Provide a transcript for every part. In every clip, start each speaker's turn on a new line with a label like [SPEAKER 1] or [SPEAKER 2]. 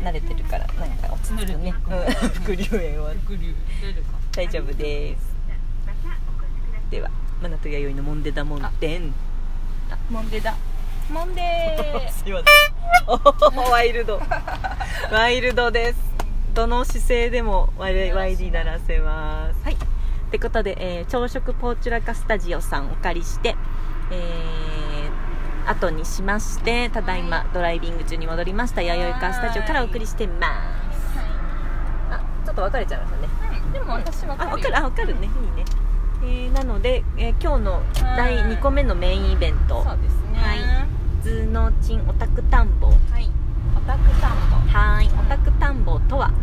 [SPEAKER 1] 慣れてるからなんか落ち着くね。副流炎は大丈夫です。ではマナと弥生のモンデダモンデン。
[SPEAKER 2] モンデだモンデ
[SPEAKER 1] すいませんワイルドワイルドです。どの姿勢でも YD 鳴らせます。はいってことで、朝食ポーチュラカスタジオさんお借りして、後にしましてただいまドライビング中に戻りました弥生カスタジオからお送りしてます。あ、ちょっと別れちゃいましたね。
[SPEAKER 2] でも私分かるよ。
[SPEAKER 1] 分かるね、いいね。なので、今日の第2個目のメインイベント、
[SPEAKER 2] そうですね、
[SPEAKER 1] はい、ズノチンオタク探訪、
[SPEAKER 2] はい、オタク探訪、
[SPEAKER 1] はい、オタク探訪とは、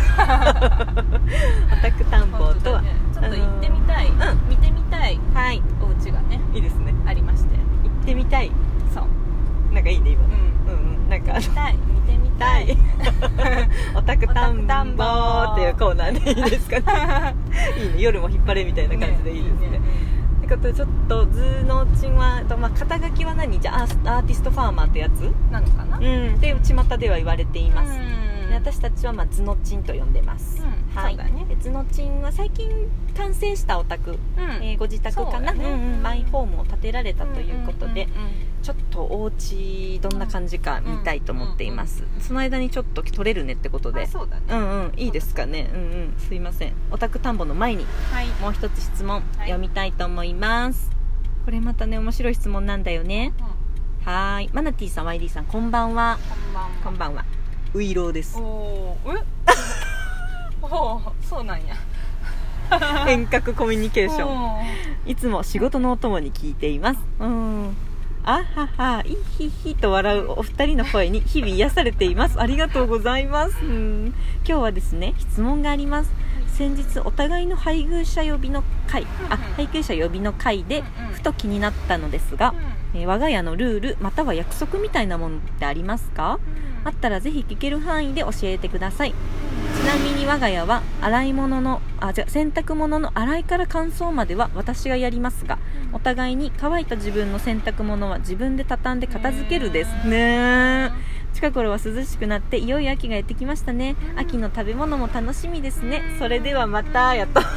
[SPEAKER 1] オタク探訪とは、
[SPEAKER 2] ちょっと行ってみたい、見てみたい、はい、お家がね、
[SPEAKER 1] いいですね、
[SPEAKER 2] ありまして、
[SPEAKER 1] 行ってみたい、
[SPEAKER 2] そう
[SPEAKER 1] なんかいいね今ね、なんか
[SPEAKER 2] 見てみたい
[SPEAKER 1] オタク探訪っていうコーナーでいいですかねいいね、夜も引っ張れみたいな感じでいいですね。ってことでちょっとズノチンは、肩書きは何じゃあアーティストファーマーってやつ
[SPEAKER 2] なのかな、
[SPEAKER 1] で巷では言われています。で私たちはズノチンと呼んでます。はい、そうだね。ズノチンは最近完成したお宅、ご自宅かな、マイホームを建てられたということで、ちょっとお家どんな感じか見たいと思っています。その間にちょっと撮れるねってことで、
[SPEAKER 2] そうだね、
[SPEAKER 1] いいですかね。すいません。オタク探訪の前に、もう一つ質問、読みたいと思います。これまたね面白い質問なんだよね。はい、マナティさん YD さんこんばんは。こんばんは。ウイローです。
[SPEAKER 2] そうなんや
[SPEAKER 1] 遠隔コミュニケーションいつも仕事のお供に聞いています。あはは、いひひと笑うお二人の声に日々癒されています。ありがとうございます。今日はですね質問があります。先日お互いの配偶者呼びの会でふと気になったのですが、我が家のルールまたは約束みたいなものってありますか？あったらぜひ聞ける範囲で教えてください。ちなみに我が家は洗濯物の洗いから乾燥までは私がやりますが、お互いに乾いた自分の洗濯物は自分で畳んで片付けるですね。近頃は涼しくなっていよいよ秋がやってきましたね。秋の食べ物も楽しみですね。それではまたやっと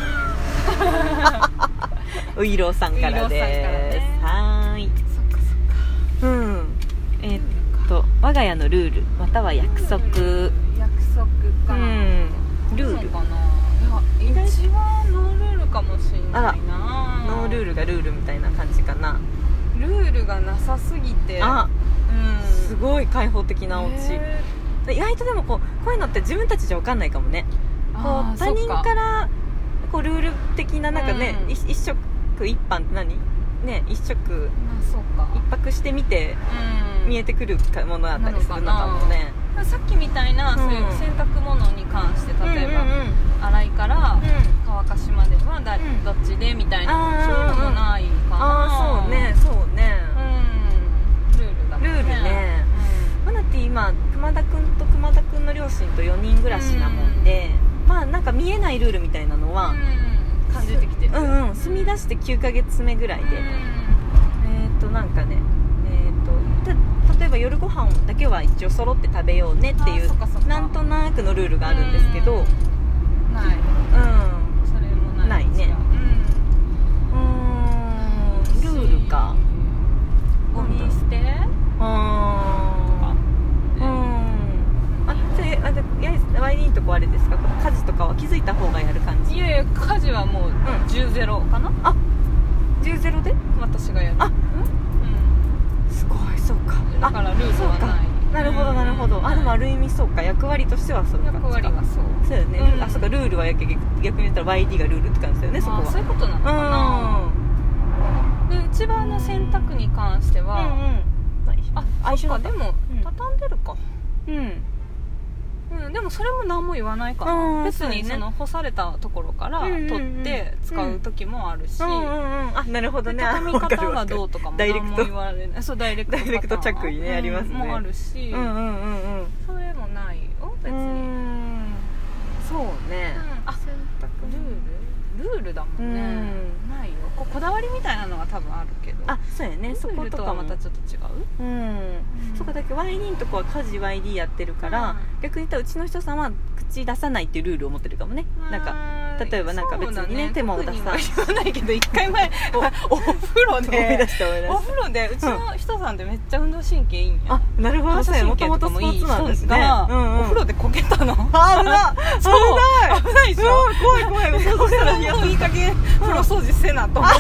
[SPEAKER 1] ウイローさんからです。はーい。我が家のルールまたは約束かな、ルールかな。
[SPEAKER 2] いや、一番ノールールかもしれないな。
[SPEAKER 1] ノールールがルールみたいな感じかな。
[SPEAKER 2] ルールがなさすぎて、
[SPEAKER 1] すごい開放的なお家。意外とでもこういうのって自分たちじゃ分かんないかもね。他人からルール的ななんかね、一食一飯って何ね、一食一泊してみて見えてくるものだったりするのかもね。
[SPEAKER 2] さっきみたいな、そういう洗濯物に関して例えば、洗いから乾かしまではどっちでみたいな、そういうのもないかな。
[SPEAKER 1] そうねルールね。マナティ今熊田くんと熊田くんの両親と4人暮らしなもんで、なんか見えないルールみたいなのは
[SPEAKER 2] 感じてきてる。
[SPEAKER 1] 住み出して9ヶ月目ぐらいで、なんかね、例えば夜ご飯だけは一応揃って食べようねっていうなんとなくのルールがあるんですけど、
[SPEAKER 2] ない、それもない
[SPEAKER 1] ね。ルールか。
[SPEAKER 2] ゴミ捨て、
[SPEAKER 1] YD のとこあれですか、家事とかは気づいた方がやる感じ？
[SPEAKER 2] いやいや、家事はもう10-0かな。
[SPEAKER 1] 10-0で
[SPEAKER 2] 私がやる。
[SPEAKER 1] すごい、そうか。
[SPEAKER 2] だからルールはない。
[SPEAKER 1] なるほどなるほど。でもある意味そうか、役割としてはそうか。
[SPEAKER 2] 役割はそう
[SPEAKER 1] よね。そうか、ルールは逆に言ったら YD がルールって感じだよね、そこは。
[SPEAKER 2] そういうことなのかな。で、うちは洗濯に関しては、そっか、でも畳んでるか。でもそれも何も言わないかな。別にその干されたところから取って使う時もあるし、
[SPEAKER 1] なるほどね。
[SPEAKER 2] 畳み方がどうとかも何も言われない。そう、ダイレクト
[SPEAKER 1] 着衣ね、ありますね。
[SPEAKER 2] もあるし、それもないよ別に。
[SPEAKER 1] そうね。
[SPEAKER 2] 洗濯ルールだもんね。ないよ。こだわりみたいなのは多分あるけど。
[SPEAKER 1] あ、そうやね、そことかも
[SPEAKER 2] またちょっと違う。
[SPEAKER 1] そこだけ YD のとこは家事 YD やってるから、逆に言ったらうちの人さんは口出さないっていうルールを持ってるかもね。なんか例えばなんか別にね手も出さない。
[SPEAKER 2] 言わないけど1回前お風呂でお風呂でうちの人さんってめっちゃ運動神経いいんや。
[SPEAKER 1] あ、なるほど。そうや、もともとスポーツなんですね。
[SPEAKER 2] お風呂でこけたの。
[SPEAKER 1] あ、危ない。
[SPEAKER 2] 危ないでしょ。
[SPEAKER 1] 怖い怖い。
[SPEAKER 2] そうしたらもういい加減風呂掃除せなと思って。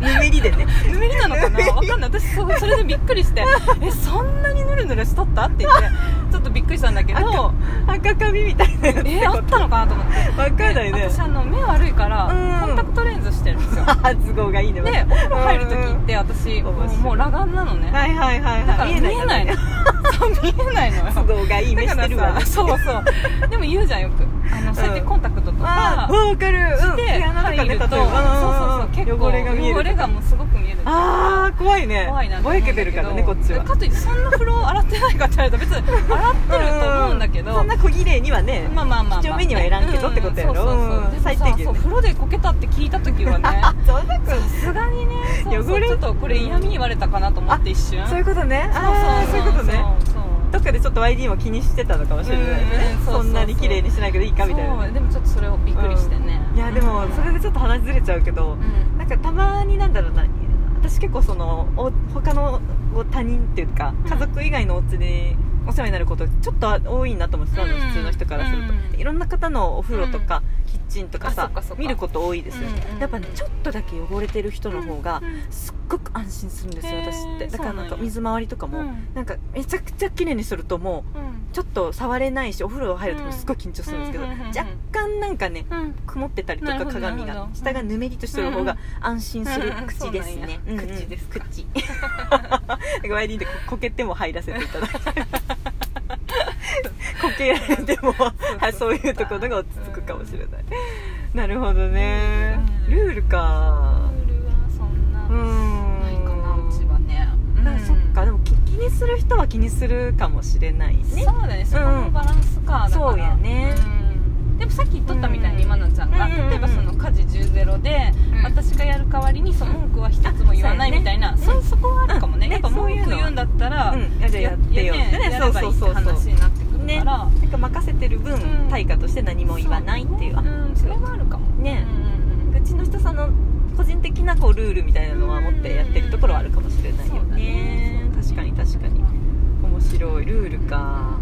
[SPEAKER 1] ぬめりでね。
[SPEAKER 2] ぬめりなのかな、わかんない。私それでびっくりしてそんなにヌルヌルしとったって言ってちょっとびっくりしたんだけど、
[SPEAKER 1] 赤カビみたいな
[SPEAKER 2] あったのかなと思って。
[SPEAKER 1] わかんないね。
[SPEAKER 2] 私目悪いからコンタクトレンズしてるんですよ。
[SPEAKER 1] 都合がいいね。
[SPEAKER 2] でお風呂入る時って私もう裸眼なのね。
[SPEAKER 1] はいはいはい。
[SPEAKER 2] だから見えないの。そう見えないのよ。
[SPEAKER 1] 都合がいい目してるわ。
[SPEAKER 2] そうそうでも言うじゃんよくそうやってコンタクトとか
[SPEAKER 1] わかる
[SPEAKER 2] して入るとそう結構汚れがもうすごく見える。
[SPEAKER 1] ああ怖いね。ぼやけてるからねこっちは。
[SPEAKER 2] かといってそんな風呂洗ってないかって言われたら別に洗ってると思うんだけど、
[SPEAKER 1] そんな小綺麗にはね
[SPEAKER 2] まあ
[SPEAKER 1] 几帳面にはいらんけどってことやろ。最低限ね。
[SPEAKER 2] 風呂でこけたって聞いた時はねさすがにね
[SPEAKER 1] 汚れ
[SPEAKER 2] ちょっとこれ嫌味言われたかなと思って一瞬。
[SPEAKER 1] そういうことね。そういうことね。どっかでちょっと YD も気にしてたのかもしれないね。そんなに綺麗にしないけどいいかみたいな。
[SPEAKER 2] でもちょっとそれをびっくりしてね。
[SPEAKER 1] いやでもそれでちょっと話ずれちゃうけど、なんかたまになんだろうな、私結構その他の他人っていうか家族以外のお家でお世話になることちょっと多いなと思ってたの、普通の人からすると。いろんな方のお風呂とかキッチンとかさ見ること多いですよね。やっぱねちょっとだけ汚れてる人の方がすっごく安心するんですよ私って。だからなんか水回りとかもなんかめちゃくちゃ綺麗にするともうちょっと触れないし、お風呂入るともすごい緊張するんですけど、若干なんかね曇ってたりとか鏡が下がぬめりとしてる方が安心する口ですね。
[SPEAKER 2] 口ですか。
[SPEAKER 1] 口ワイリーでこけても入らせていただいてこけられてもそういうところが落ち着くかもしれない。なるほどね。ルールか。
[SPEAKER 2] ルールはそんなないかなうちはね。
[SPEAKER 1] そっか。でも気にする人は気にするかもしれないね。
[SPEAKER 2] そうだね、そこのバランスか。だから
[SPEAKER 1] そうやね。
[SPEAKER 2] でもさっき言っとったみたいにまなちゃんが例えばその家事10-0で私がやる代わりにその文句は一つも言わないみたいな、そこはあるかもね。やっぱ文句言うんだったら
[SPEAKER 1] じゃあやってよってね、
[SPEAKER 2] やればいいって話になってくるから、
[SPEAKER 1] なんか任せてる分対価として何も言わないっていう。
[SPEAKER 2] それはあるかもね。
[SPEAKER 1] うちの人さんの個人的なこうルールみたいなのは持ってやってるところはあるかもしれないよね。確かに確かに面白い。ルールか。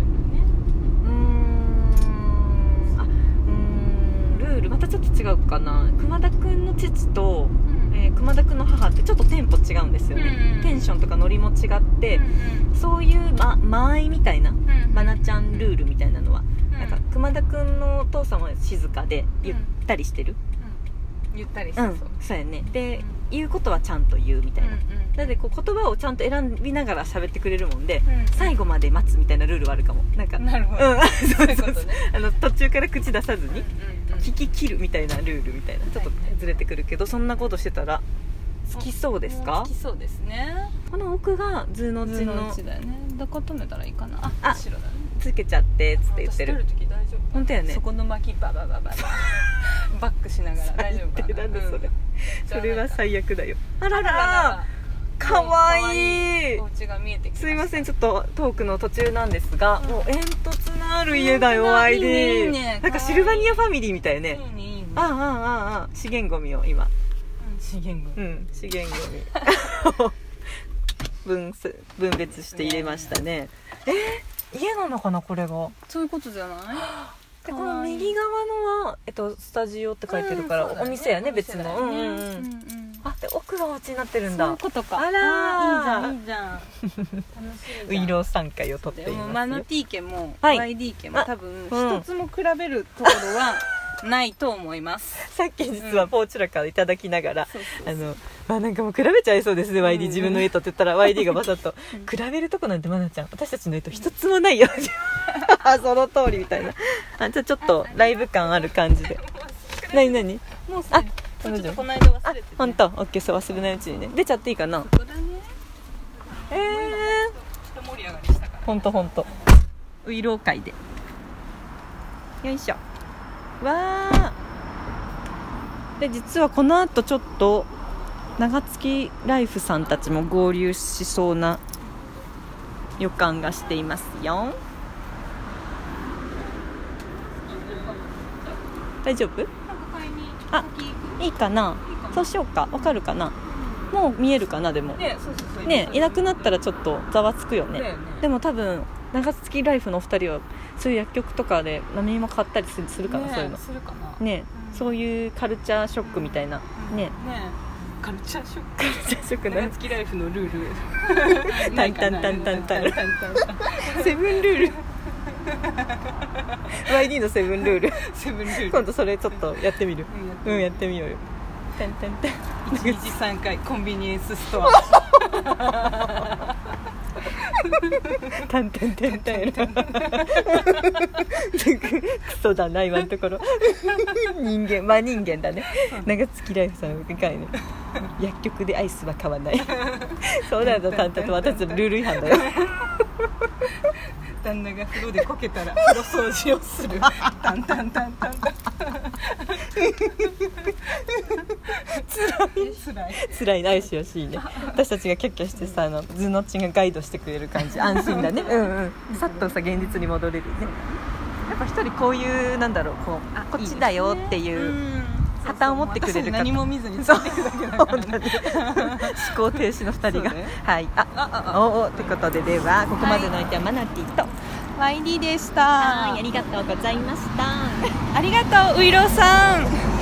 [SPEAKER 1] ルールまたちょっと違うかな。熊田くんの父と、熊田くんの母ってちょっとテンポ違うんですよね。テンションとかノリも違って、そういう間合いみたいな、まなちゃんルールみたいなのは、なんか熊田くんのお父さんは静かでゆったりしてる。
[SPEAKER 2] ゆったりしてそう。
[SPEAKER 1] そうやね。で、言うことはちゃんと言うみたいな。なのでこう言葉をちゃんと選びながら喋ってくれるもんで、最後まで待つみたいなルールはあるかも。なんか
[SPEAKER 2] なるほど。
[SPEAKER 1] そういうことね。途中から口出さずに聞き切るみたいなルールみたいな、ちょっとずれてくるけど、そんなことしてたら好きそうですか？
[SPEAKER 2] 好きそうですね。
[SPEAKER 1] この奥がズーのうちの。
[SPEAKER 2] ズーのうちだよね。どこ止めたらいいかな。あ、後ろだね。
[SPEAKER 1] つけちゃってつって言ってる。
[SPEAKER 2] 私撮る時大丈夫？
[SPEAKER 1] 本当やね。
[SPEAKER 2] そこの巻きバックしながら大丈夫かな。
[SPEAKER 1] なんでそれ。それは最悪だよ。あらら。かわいい。
[SPEAKER 2] お家が見えてきました。
[SPEAKER 1] すいません、ちょっとトークの途中なんですが、もう煙突のある家だよ。YD。なんかシルバニアファミリーみたいね。資源ゴミを今。
[SPEAKER 2] 資源ゴミ。
[SPEAKER 1] 資源ゴミ。分別して入れましたね。家なのかなこれが。
[SPEAKER 2] そういうことじゃない？
[SPEAKER 1] でこの右側のはスタジオって書いてるからお店やね、別の。で奥がお家になってるんだ。
[SPEAKER 2] そういうことか。
[SPEAKER 1] あら
[SPEAKER 2] いいじゃん。楽しい。
[SPEAKER 1] ウイロー3回を取っていますよ。
[SPEAKER 2] マナティ家も YD 家も多分一つも比べるところはないと思います。
[SPEAKER 1] さっき実はポーチュラからいただきながら、なんかもう比べちゃいそうですね YD 自分の家とって言ったら YD がバサッと比べるとこなんてまなちゃん私たちの家と一つもないよその通りみたいな。じゃあちょっとライブ感ある感じで。何
[SPEAKER 2] もうさちょっとこの間忘れて、
[SPEAKER 1] 本当。オッケー、そう忘れないうちにね。出ちゃっていいかな。
[SPEAKER 2] そうだね。ちょっと盛り上がりしたから。
[SPEAKER 1] 本当。ウイロー会で。よいしょ。わー。で実はこの後ちょっと長月ライフさんたちも合流しそうな予感がしていますよ。大丈夫？あ、いいかな。そうしようか。わかるかな。もう見えるかな。でもね、いなくなったらちょっとざわつくよね。でも多分長月ライフのお二人はそういう薬局とかで何も買ったりするかな、そういうのね、そういうカルチャーショックみたいなね。
[SPEAKER 2] カルチャーショック長月ライフのルール
[SPEAKER 1] タンタンタンタンタンセブンルールYD のセブンルール今度それちょっとやってみる。やってみようよ。タンタンタン
[SPEAKER 2] 1日3回コンビニエンスストア
[SPEAKER 1] タンタンタンタンクソだな今のところ人間だね。長月ライフさんの深いね。薬局でアイスは買わないそうなんだ。タンタンと私ルール違反だよ
[SPEAKER 2] 旦那が風呂でこけたら風呂掃除をするタンタンタンタンタンつらいな。しよしいね。私たちがキャッキャしてさ、ズノッチがガイドしてくれる感じ、安心だねさっとさ現実に戻れるね。やっぱ一人こういうなんだろう、こっちだよっていう旗を持ってくれる方、 何も見ずについていくだけだからね
[SPEAKER 1] 思考停止の2人が、はいってことで、ではここまでの相手はマナティと
[SPEAKER 2] YDでした。
[SPEAKER 1] ありがとうございました。
[SPEAKER 2] ありがとうウイローさん。